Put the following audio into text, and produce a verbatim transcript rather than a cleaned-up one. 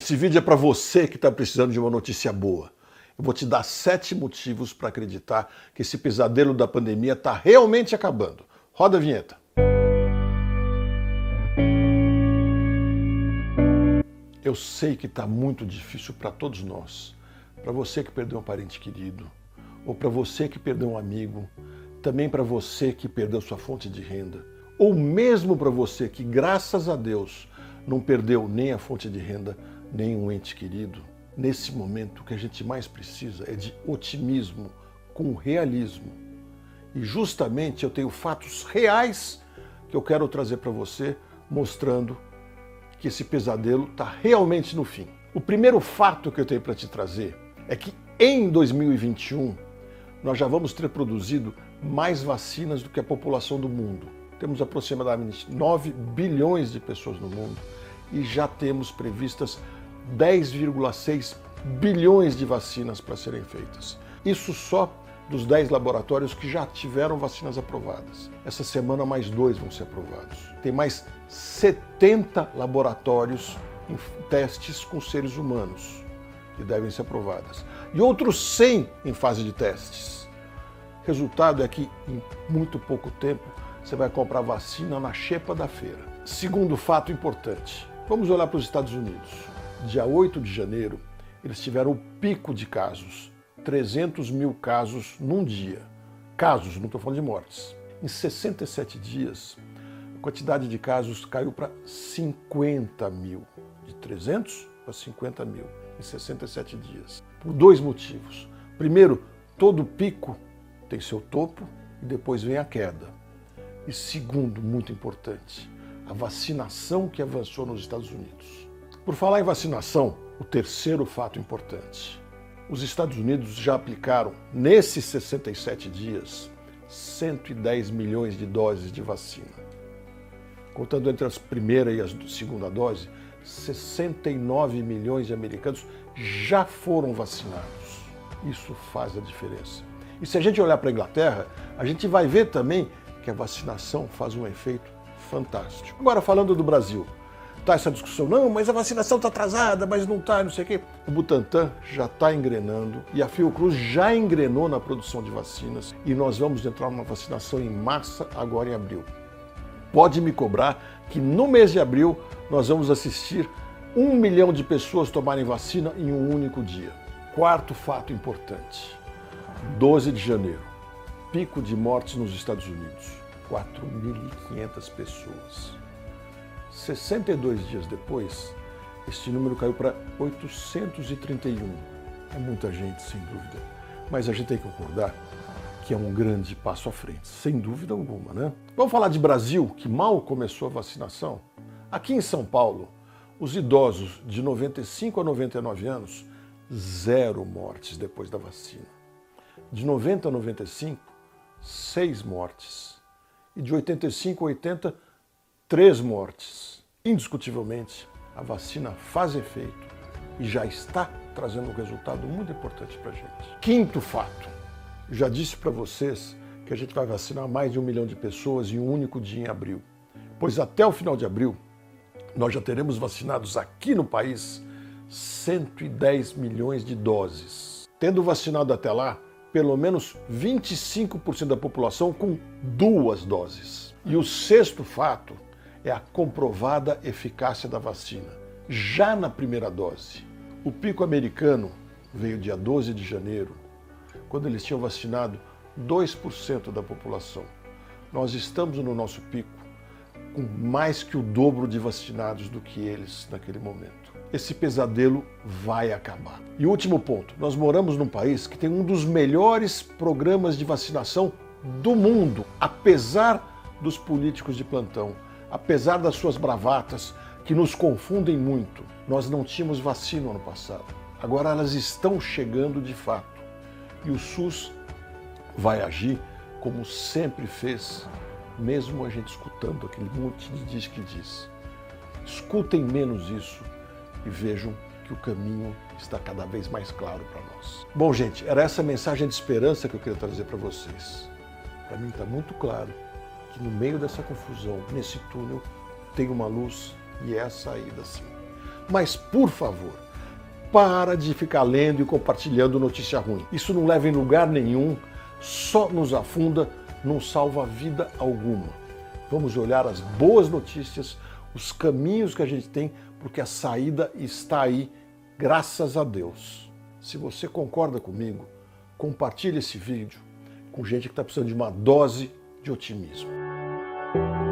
Esse vídeo é para você que está precisando de uma notícia boa. Eu vou te dar sete motivos para acreditar que esse pesadelo da pandemia está realmente acabando. Roda a vinheta. Eu sei que está muito difícil para todos nós. Para você que perdeu um parente querido, ou para você que perdeu um amigo, também para você que perdeu sua fonte de renda, ou mesmo para você que, graças a Deus, não perdeu nem a fonte de renda, nem um ente querido. Nesse momento, o que a gente mais precisa é de otimismo com realismo. E justamente eu tenho fatos reais que eu quero trazer para você, mostrando que esse pesadelo está realmente no fim. O primeiro fato que eu tenho para te trazer é que em dois mil e vinte e um nós já vamos ter produzido mais vacinas do que a população do mundo. Temos aproximadamente nove bilhões de pessoas no mundo e já temos previstas dez vírgula seis bilhões de vacinas para serem feitas. Isso só dos dez laboratórios que já tiveram vacinas aprovadas. Essa semana mais dois vão ser aprovados. Tem mais setenta laboratórios em testes com seres humanos que devem ser aprovadas. E outros cem em fase de testes. Resultado é que em muito pouco tempo você vai comprar vacina na xepa da feira. Segundo fato importante, vamos olhar para os Estados Unidos. Dia oito de janeiro, eles tiveram o pico de casos, trezentos mil casos num dia. Casos, não estou falando de mortes. Em sessenta e sete dias, a quantidade de casos caiu para cinquenta mil. De trezentos para cinquenta mil em sessenta e sete dias. Por dois motivos. Primeiro, todo pico tem seu topo e depois vem a queda. E segundo, muito importante, a vacinação que avançou nos Estados Unidos. Por falar em vacinação, o terceiro fato importante. Os Estados Unidos já aplicaram, nesses sessenta e sete dias, cento e dez milhões de doses de vacina. Contando entre a primeira e a segunda dose, sessenta e nove milhões de americanos já foram vacinados. Isso faz a diferença. E se a gente olhar para a Inglaterra, a gente vai ver também que a vacinação faz um efeito fantástico. Agora, falando do Brasil, tá essa discussão, não, mas a vacinação está atrasada, mas não está, não sei o quê. O Butantan já está engrenando e a Fiocruz já engrenou na produção de vacinas e nós vamos entrar numa vacinação em massa agora em abril. Pode me cobrar que no mês de abril nós vamos assistir um milhão de pessoas tomarem vacina em um único dia. Quarto fato importante, doze de janeiro, pico de mortes nos Estados Unidos, quatro mil e quinhentas pessoas. sessenta e dois dias depois, este número caiu para oitocentos e trinta e um. É muita gente, sem dúvida. Mas a gente tem que concordar que é um grande passo à frente, sem dúvida alguma, né? Vamos falar de Brasil, que mal começou a vacinação? Aqui em São Paulo, os idosos de noventa e cinco a noventa e nove anos, zero mortes depois da vacina. De noventa a noventa e cinco, seis mortes. E de oitenta e cinco a oitenta, três mortes. Indiscutivelmente, a vacina faz efeito e já está trazendo um resultado muito importante para a gente. Quinto fato, eu já disse para vocês que a gente vai vacinar mais de um milhão de pessoas em um único dia em abril, pois até o final de abril nós já teremos vacinados aqui no país cento e dez milhões de doses. Tendo vacinado até lá, pelo menos vinte e cinco por cento da população com duas doses. E o sexto fato é a comprovada eficácia da vacina, já na primeira dose. O pico americano veio dia doze de janeiro, quando eles tinham vacinado dois por cento da população. Nós estamos no nosso pico com mais que o dobro de vacinados do que eles naquele momento. Esse pesadelo vai acabar. E último ponto, nós moramos num país que tem um dos melhores programas de vacinação do mundo, apesar dos políticos de plantão, apesar das suas bravatas, que nos confundem muito. Nós não tínhamos vacina ano passado. Agora elas estão chegando de fato. E o SUS vai agir como sempre fez, mesmo a gente escutando aquele monte de diz que diz. Escutem menos isso e vejam que o caminho está cada vez mais claro para nós. Bom, gente, era essa mensagem de esperança que eu queria trazer para vocês. Para mim está muito claro que no meio dessa confusão, nesse túnel, tem uma luz e é a saída, sim. Mas, por favor, para de ficar lendo e compartilhando notícia ruim. Isso não leva em lugar nenhum, só nos afunda, não salva vida alguma. Vamos olhar as boas notícias, os caminhos que a gente tem, porque a saída está aí, graças a Deus. Se você concorda comigo, compartilhe esse vídeo com gente que está precisando de uma dose de otimismo.